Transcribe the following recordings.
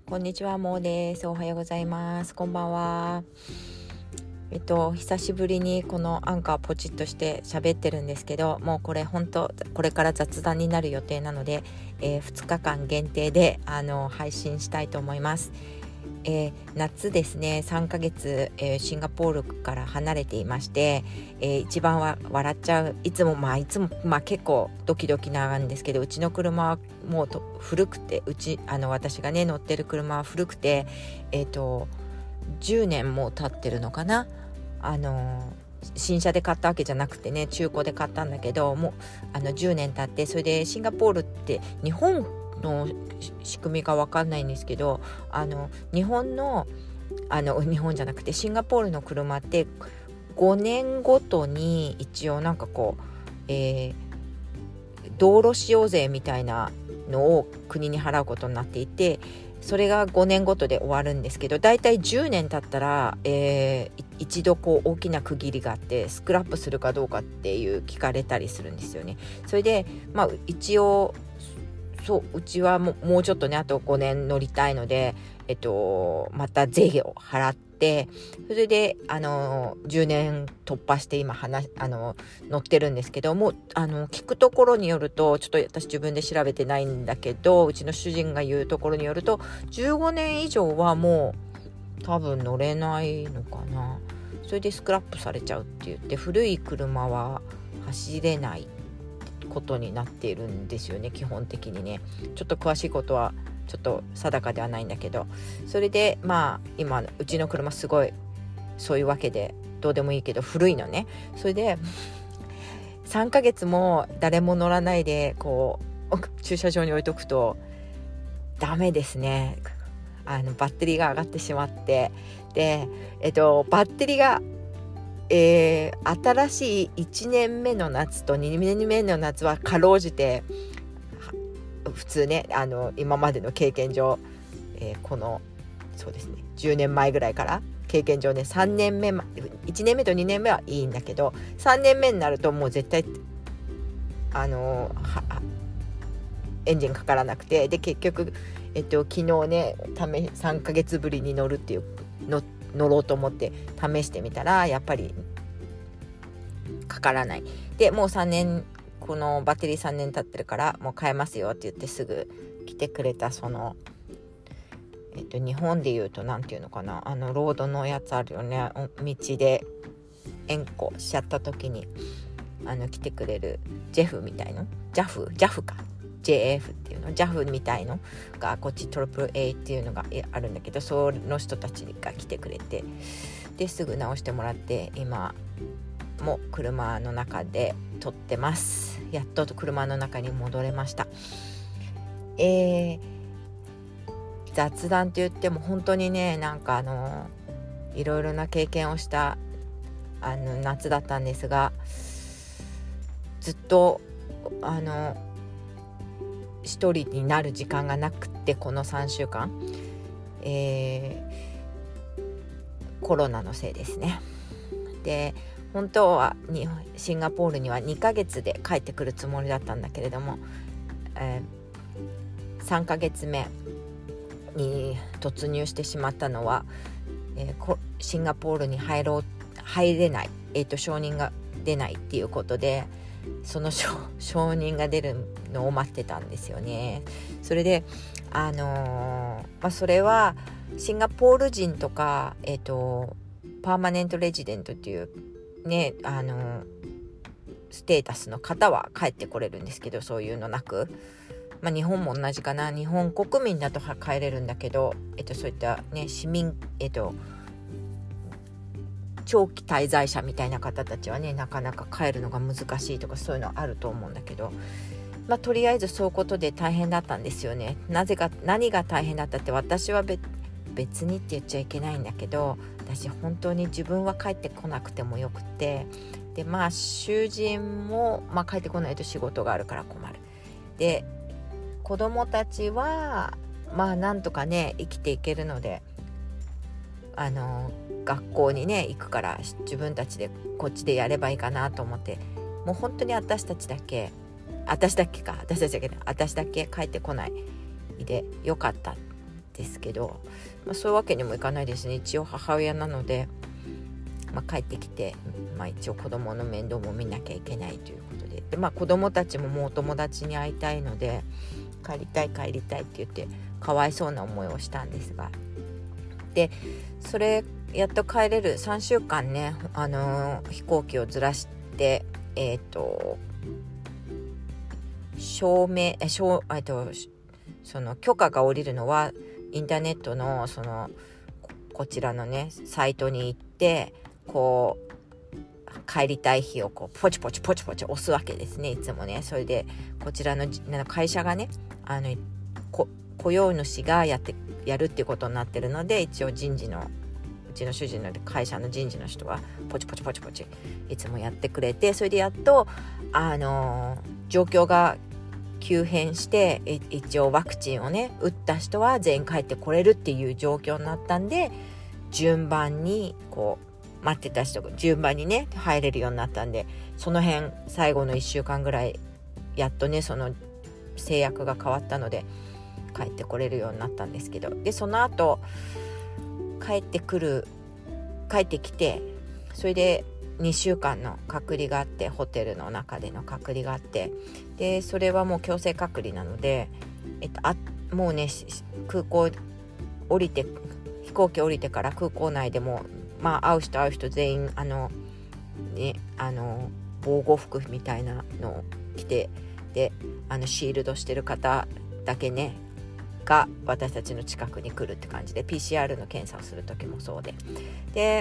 こんにちは、もーです。おはようございます。こんばんは。久しぶりにこのアンカーポチッとして喋ってるんですけど、もうこれ本当これから雑談になる予定なので、2日間限定で配信したいと思います。夏ですね、3ヶ月、シンガポールから離れていまして、一番笑っちゃう、いつも結構ドキドキなんですけど、うちの車はもう古くて、私がね乗ってる車は古くて、10年も経ってるのかな。新車で買ったわけじゃなくてね、中古で買ったんだけど、もう10年経って、それでシンガポールって日本の仕組みが分かんないんですけど、日本じゃなくてシンガポールの車って5年ごとに一応道路使用税みたいなのを国に払うことになっていて、それが5年ごとで終わるんですけど、だいたい10年経ったら、一度大きな区切りがあって、スクラップするかどうかっていう聞かれたりするんですよね。それで一応うちはもうちょっとね、あと5年乗りたいので、また税を払って、それで10年突破して今乗ってるんですけども、聞くところによると、ちょっと私自分で調べてないんだけど、うちの主人が言うところによると、15年以上はもう多分乗れないのかな。それでスクラップされちゃうって言って、古い車は走れないことになっているんですよね、基本的にね。ちょっと詳しいことはちょっと定かではないんだけど、それで今うちの車すごいそういうわけでどうでもいいけど古いのね。それで3ヶ月も誰も乗らないで駐車場に置いとくとダメですね。バッテリーが上がってしまって、でバッテリーが新しい1年目の夏と2年目の夏はかろうじて普通ね、今までの経験上、そうですね、10年前ぐらいから経験上ね、3年目1年目と2年目はいいんだけど、3年目になるともう絶対エンジンかからなくて、で結局、昨日ね3ヶ月ぶりに乗ろうと思って試してみたら、やっぱりかからない。でもう3年、このバッテリー3年経ってるからもう買えますよって言ってすぐ来てくれた、日本でいうとなんていうのかな、ロードのやつあるよね、道で円弧しちゃった時に来てくれるジェフみたいの、JAF か JF っていうの、JAF みたいのがこっち AAA っていうのがあるんだけど、その人たちが来てくれて、ですぐ直してもらって、今も車の中で撮ってます。やっと車の中に戻れました。雑談って言っても本当にね、いろいろな経験をした夏だったんですが、ずっと一人になる時間がなくって、この3週間、コロナのせいですね。で本当はシンガポールには2ヶ月で帰ってくるつもりだったんだけれども、3ヶ月目に突入してしまったのは、シンガポールに入れない、承認が出ないっていうことで、その承認が出るのを待ってたんですよね。それでそれはシンガポール人とか、パーマネントレジデントっていうね、ステータスの方は帰ってこれるんですけど、そういうのなく、日本も同じかな。日本国民だと帰れるんだけど、そういったね、市民、長期滞在者みたいな方たちはね、なかなか帰るのが難しいとか、そういうのあると思うんだけど、とりあえずそういうことで大変だったんですよね。何が大変だったって、私は別にって言っちゃいけないんだけど、私本当に自分は帰ってこなくてもよくて、で主人も、帰ってこないと仕事があるから困る。で子供たちはなんとかね生きていけるので、学校にね行くから、自分たちでこっちでやればいいかなと思って、もう本当に私たちだけ帰ってこないでよかったっですけど、そういうわけにもいかないですね。一応母親なので、帰ってきて、一応子供の面倒も見なきゃいけないということで、子供たちももうお友達に会いたいので帰りたいって言ってかわいそうな思いをしたんですが、でそれやっと帰れる3週間ね、飛行機をずらしてその許可が下りるのはインターネットのこちらのねサイトに行って、こう帰りたい日をこうポチポチ押すわけですね、いつもね。それでこちらの会社がね雇用主がやるっていうことになってるので、一応うちの主人の会社の人事の人はポチポチいつもやってくれて、それでやっと状況が急変して、一応ワクチンをね打った人は全員帰ってこれるっていう状況になったんで、順番にこう待ってた人が順番にね入れるようになったんで、その辺最後の1週間ぐらいやっとねその制約が変わったので帰ってこれるようになったんですけど、でその後帰ってきて、それで2週間の隔離があって、ホテルの中での隔離があって、でそれはもう強制隔離なので、もうね飛行機降りてから空港内でも会う人全員防護服みたいなのを着て、でシールドしてる方だけねが私たちの近くに来るって感じで、 PCR の検査をする時もそうで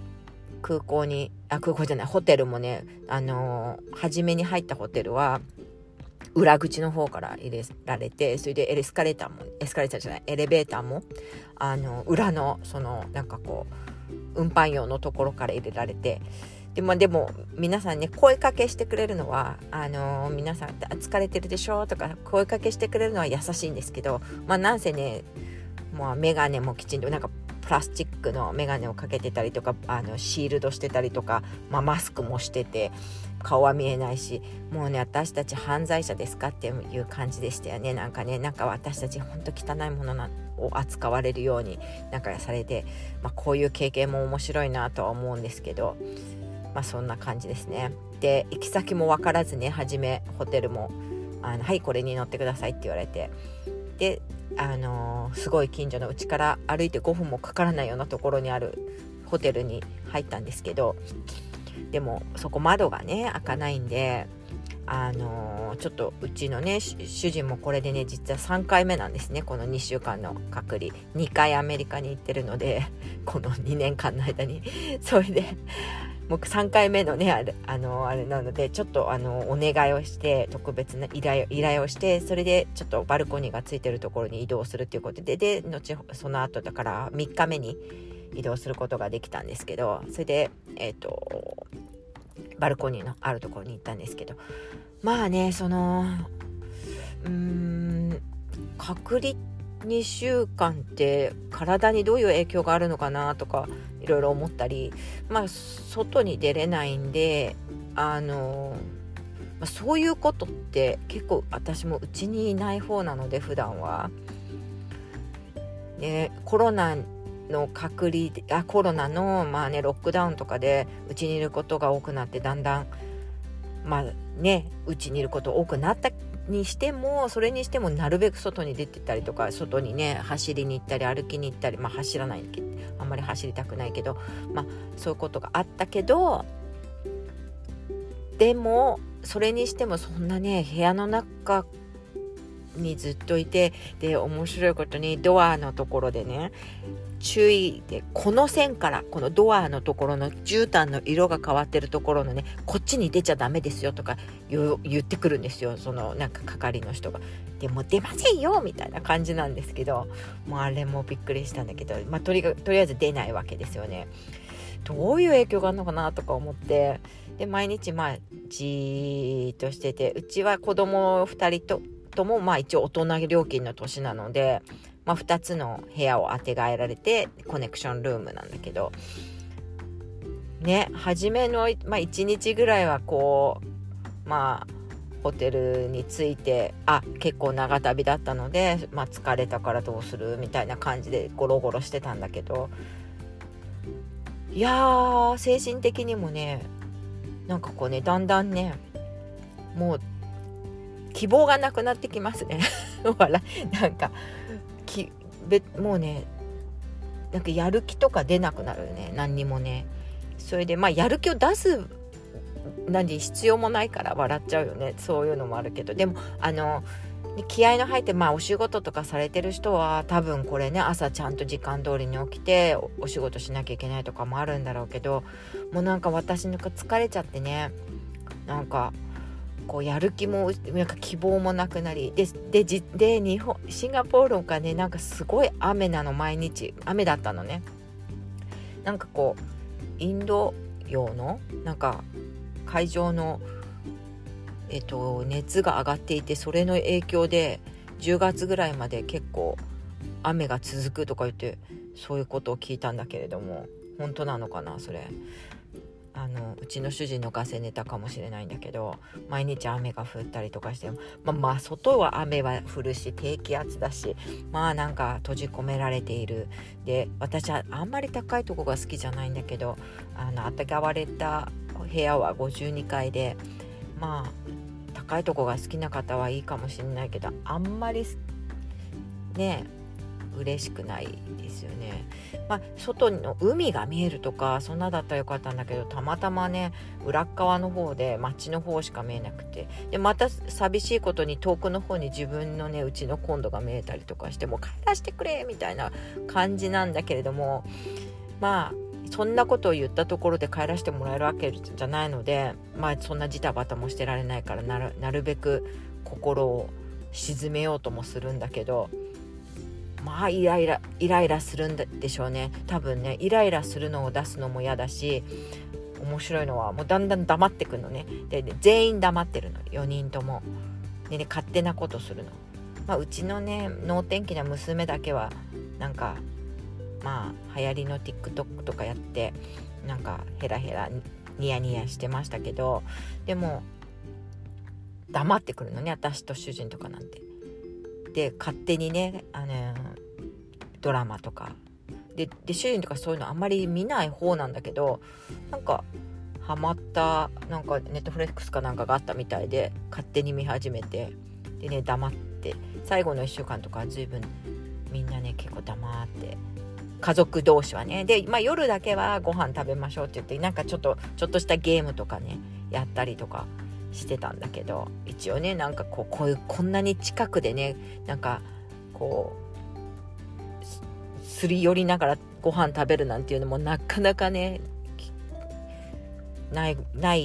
ホテルもね初めに入ったホテルは裏口の方から入れられて、それでエレベーターも裏のなんかこう運搬用のところから入れられて、でも皆さんね声かけしてくれるのは皆さん疲れてるでしょとか声かけしてくれるのは優しいんですけど、なんせねメガネもきちんとなんかプラスチックのメガネをかけてたりとかシールドしてたりとか、マスクもしてて顔は見えないし、もうね私たち犯罪者ですかっていう感じでしたよね。なんか私たち本当汚いものを扱われるようになんかされて、こういう経験も面白いなとは思うんですけど、そんな感じですね。で行き先も分からずね、初めホテルもはいこれに乗ってくださいって言われて、ですごい近所のうちから歩いて5分もかからないようなところにあるホテルに入ったんですけど、でもそこ窓がね開かないんでちょっとうちのね主人もこれでね実は3回目なんですね、この2週間の隔離。2回アメリカに行ってるので、この2年間の間にそれで僕3回目のねあれなので、ちょっとお願いをして、特別な依頼をして、それでちょっとバルコニーがついてるところに移動するっていうことで、その後だから3日目に移動することができたんですけど、それでバルコニーのあるところに行ったんですけど、隔離2週間って体にどういう影響があるのかなとかいろいろ思ったり、外に出れないんでそういうことって結構私もうちにいない方なので普段は、コロナの隔離コロナのロックダウンとかでうちにいることが多くなって、だんだんうちにいること多くなったにしても、それにしてもなるべく外に出てったりとか、外にね走りに行ったり歩きに行ったり、走らないけどあんまり走りたくないけど、そういうことがあったけど、でもそれにしてもそんなね部屋の中にずっといて、で面白いことにドアのところでね注意で、この線からこのドアのところの絨毯の色が変わってるところのねこっちに出ちゃダメですよとか言ってくるんですよ、そのなんか係の人が。でも出ませんよみたいな感じなんですけど、あれもびっくりしたんだけど、とりあえず出ないわけですよね。どういう影響があるのかなとか思って、で毎日じーっとしてて、うちは子供2人とも一応大人料金の年なので、2つの部屋をあてがえられてコネクションルームなんだけどね、初めの1日ぐらいはこうホテルに着いて、結構長旅だったので、疲れたからどうするみたいな感じでゴロゴロしてたんだけど、いやー精神的にもねなんかこうねだんだんねもう希望がなくなってきますねなんかもうねなんかやる気とか出なくなるよね、何にもね。それでやる気を出す必要もないから笑っちゃうよね、そういうのもあるけど。でも気合の入ってお仕事とかされてる人は多分これね朝ちゃんと時間通りに起きてお仕事しなきゃいけないとかもあるんだろうけど、もうなんか私なんか疲れちゃってね、なんかこうやる気もなんか希望もなくなりでシンガポールがねなんかすごい雨なの、毎日雨だったのね。なんかこうインド洋のなんか海上の熱が上がっていて、それの影響で10月ぐらいまで結構雨が続くとか言って、そういうことを聞いたんだけれども、本当なのかなそれ。うちの主人のガセネタかもしれないんだけど、毎日雨が降ったりとかして、外は雨は降るし低気圧だし、なんか閉じ込められている。で私はあんまり高いとこが好きじゃないんだけど、暖かわれた部屋は52階で、高いとこが好きな方はいいかもしれないけど、あんまりね嬉しくないですよね。外の海が見えるとかそんなだったらよかったんだけど、たまたまね裏側の方で街の方しか見えなくて、でまた寂しいことに遠くの方に自分のねうちのコンドが見えたりとかして、もう帰らせてくれみたいな感じなんだけれども、そんなことを言ったところで帰らせてもらえるわけじゃないので、そんなジタバタもしてられないから、なるべく心を鎮めようともするんだけど、イライラするんでしょうね多分ね。イライラするのを出すのも嫌だし、面白いのはもうだんだん黙ってくるのね。で全員黙ってるの、4人ともでね、勝手なことするの。うちのね能天気な娘だけはなんか流行りの TikTok とかやってなんかヘラヘラニヤニヤしてましたけど、でも黙ってくるのね、私と主人とかなんて。で勝手にねドラマとかで主人とかそういうのあんまり見ない方なんだけど、なんかハマったなんかネットフレックスかなんかがあったみたいで勝手に見始めて、でね黙って、最後の1週間とか随分みんなね結構黙って、家族同士はねで、夜だけはご飯食べましょうって言って、なんかちょっとしたゲームとかねやったりとかしてたんだけど、一応ねなんかこんなに近くでねなんかこうすり寄りながらご飯食べるなんていうのもなかなかねない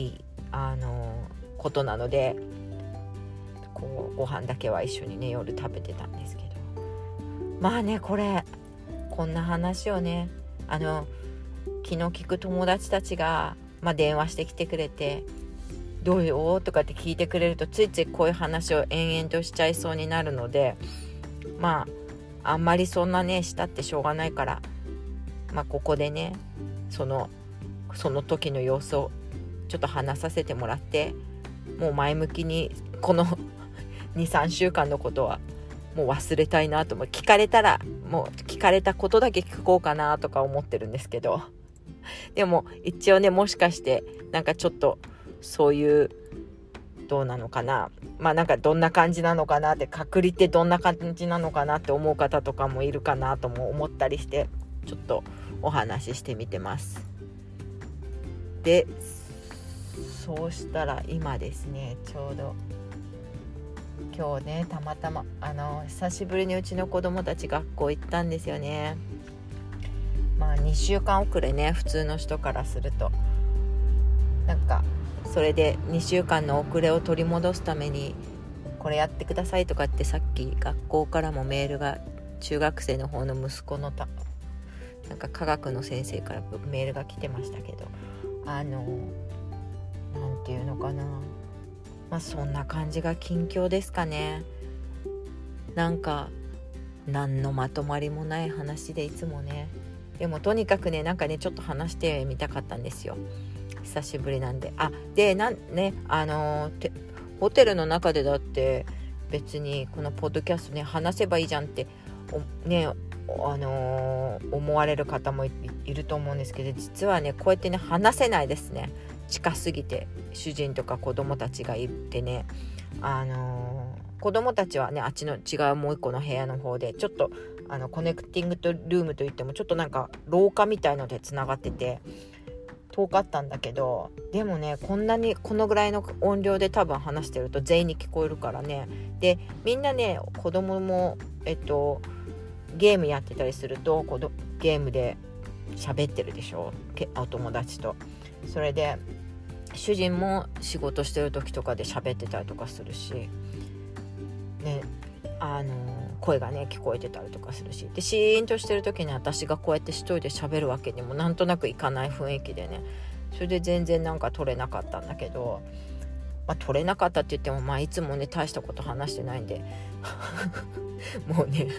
ことなので、こうご飯だけは一緒にね夜食べてたんですけど、こんな話をね昨日聞く友達たちが、電話してきてくれて、どうよとかって聞いてくれるとついついこういう話を延々としちゃいそうになるので、あんまりそんなねしたってしょうがないから、ここでねその時の様子をちょっと話させてもらって、もう前向きにこの 2,3 週間のことはもう忘れたいなと聞かれたらもう聞かれたことだけ聞こうかなとか思ってるんですけど、でも一応ねもしかしてなんかちょっとそういうどうなのかな、なんかどんな感じなのかなって、隔離ってどんな感じなのかなって思う方とかもいるかなとも思ったりして、ちょっとお話ししてみてます。でそうしたら今ですね、ちょうど今日ねたまたま久しぶりにうちの子供たち学校行ったんですよね。2週間遅れね、普通の人からすると。なんかそれで2週間の遅れを取り戻すためにこれやってくださいとかってさっき学校からもメールが、中学生の方の息子のなんか科学の先生からメールが来てましたけど、なんていうのかな、そんな感じが近況ですかね。なんか何のまとまりもない話でいつもね、でもとにかくねなんかねちょっと話してみたかったんですよ、久しぶりなんで。 ホテルの中でだって別にこのポッドキャストね話せばいいじゃんってね思われる方も いると思うんですけど、実はねこうやってね話せないですね。近すぎて主人とか子供たちがいてね、子供たちはねあっちの違うもう一個の部屋の方でちょっとコネクティングとルームといってもちょっとなんか廊下みたいのでつながってて遠かったんだけど、でもねこのぐらいの音量で多分話してると全員に聞こえるからね。でみんなね子供もゲームやってたりするとゲームで喋ってるでしょ、お友達と。それで主人も仕事してる時とかで喋ってたりとかするしね、声がね聞こえてたりとかするし、でシーンとしてる時に私がこうやって一人で喋るわけにもなんとなくいかない雰囲気でね、それで全然なんか取れなかったんだけど、取れなかったって言ってもいつもね大したこと話してないんでもうね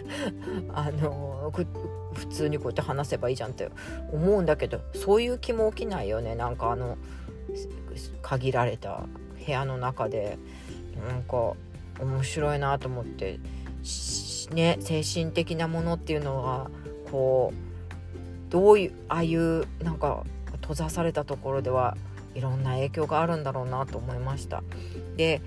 普通にこうやって話せばいいじゃんって思うんだけど、そういう気も起きないよね。なんか限られた部屋の中でなんか面白いなと思ってね。精神的なものっていうのはこうどういうああいうなんか閉ざされたところではいろんな影響があるんだろうなと思いました。で、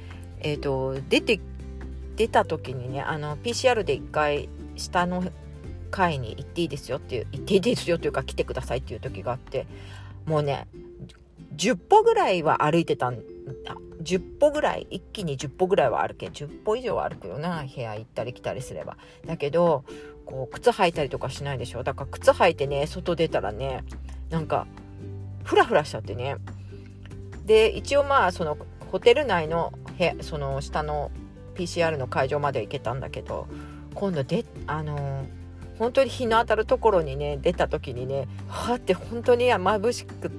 出た時にねPCR で1回下の階に行っていいですよっていうか来てくださいっていう時があって、もうね10歩ぐらいは歩いてたんだ。10歩ぐらい一気に10歩ぐらいは歩け10歩以上は歩くよな、部屋行ったり来たりすれば。だけどこう靴履いたりとかしないでしょ。だから靴履いてね外出たらねなんかフラフラしちゃってね。で一応そのホテル内のその下の PCR の会場まで行けたんだけど、今度本当に日の当たるところにね出た時にねはって本当に眩しくって、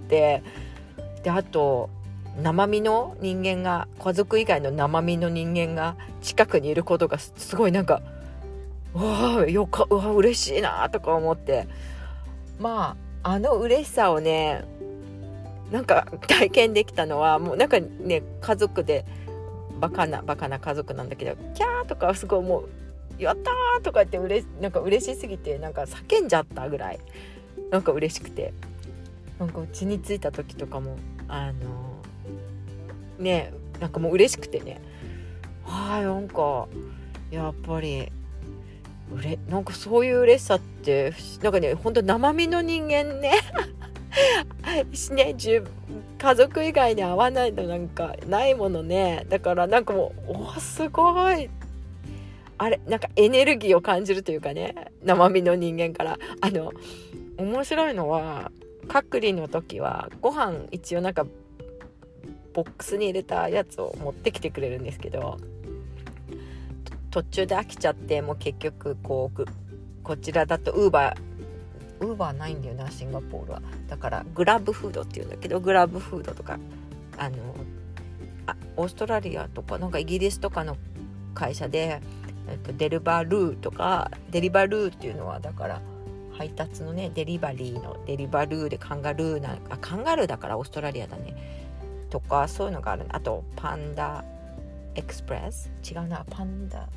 であと生身の人間が家族以外の生身の人間が近くにいることがすごいなんか嬉しいなとか思って、嬉しさをねなんか体験できたのはもうなんかね家族でバカな家族なんだけどキャーとかすごいもうやったーとかってなんか嬉しすぎてなんか叫んじゃったぐらいなんか嬉しくて、なんか家に着いた時とかもねなんかもう嬉しくてね、なんかやっぱりなんかそういう嬉しさってなんかね本当生身の人間ねね家族以外に会わないとなんかないものね。だからなんかもうすごいなんかエネルギーを感じるというかね、生身の人間から面白いのは隔離の時はご飯一応なんかボックスに入れたやつを持ってきてくれるんですけど、途中で飽きちゃってもう結局こちらだとウーバーないんだよなシンガポールは。だからグラブフードっていうんだけど、グラブフードとかオーストラリアとかなんかイギリスとかの会社で、デリバルーっていうのはだから配達のねデリバリーのデリバルーでカンガルーだからオーストラリアだねとかそういうのがある。あとパンダエクスプレス違うなパンダ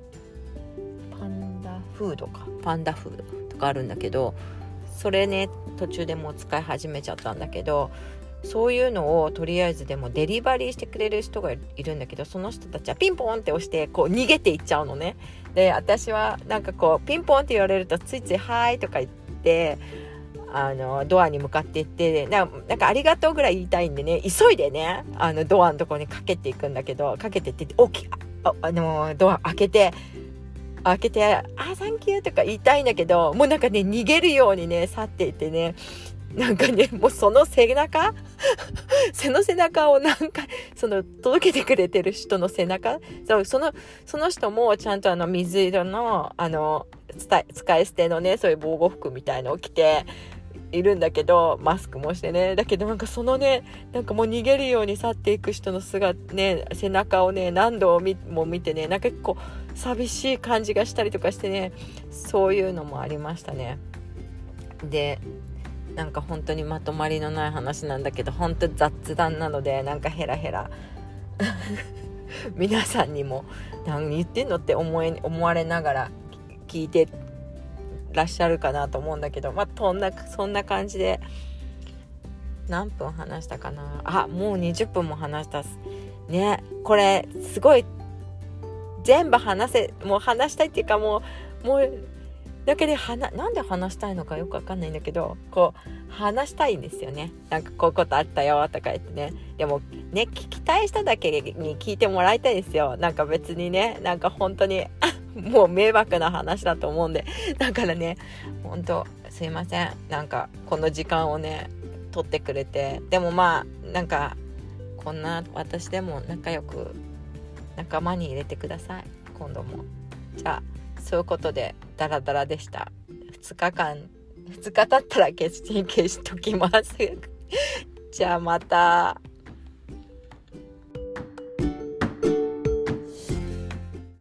フードとかあるんだけど、それね途中でもう使い始めちゃったんだけど、そういうのをとりあえずでもデリバリーしてくれる人がいるんだけど、その人たちはピンポンって押してこう逃げていっちゃうのね。で私はなんかこうピンポンって言われるとついついはーいとか言ってドアに向かっていってなんかありがとうぐらい言いたいんでね急いでねドアのところにかけていくんだけど、かけてってドア開けてサンキューとか言いたいんだけど、もうなんかね逃げるようにね去っていってね、なんかねもうその背中をなんか届けてくれてる人の背中、その人もちゃんと水色の使い捨てのねそういう防護服みたいのを着ているんだけど、マスクもしてね、だけどなんかそのねなんかもう逃げるように去っていく人の背中をね何度も見てね、なんか結構寂しい感じがしたりとかしてね、そういうのもありましたね。でなんか本当にまとまりのない話なんだけど本当雑談なのでなんかヘラヘラ皆さんにも何言ってんのって思われながら聞いてらっしゃるかなと思うんだけど、そんな感じで何分話したかな。もう20分も話したね。これすごい全部もう話したいっていうか、もうだけでなんで話したいのかよくわかんないんだけど、こう話したいんですよね。なんかこういうことあったよとか言ってね。でもね、聞きたい人だけに聞いてもらいたいですよ。なんか別にね、なんか本当にもう迷惑な話だと思うんで、だからね、本当すいません。なんかこの時間をね取ってくれて、でもなんかこんな私でも仲良く仲間に入れてください、今度も。じゃあそういうことでダラダラでした。2日経ったら消しときますじゃあまた。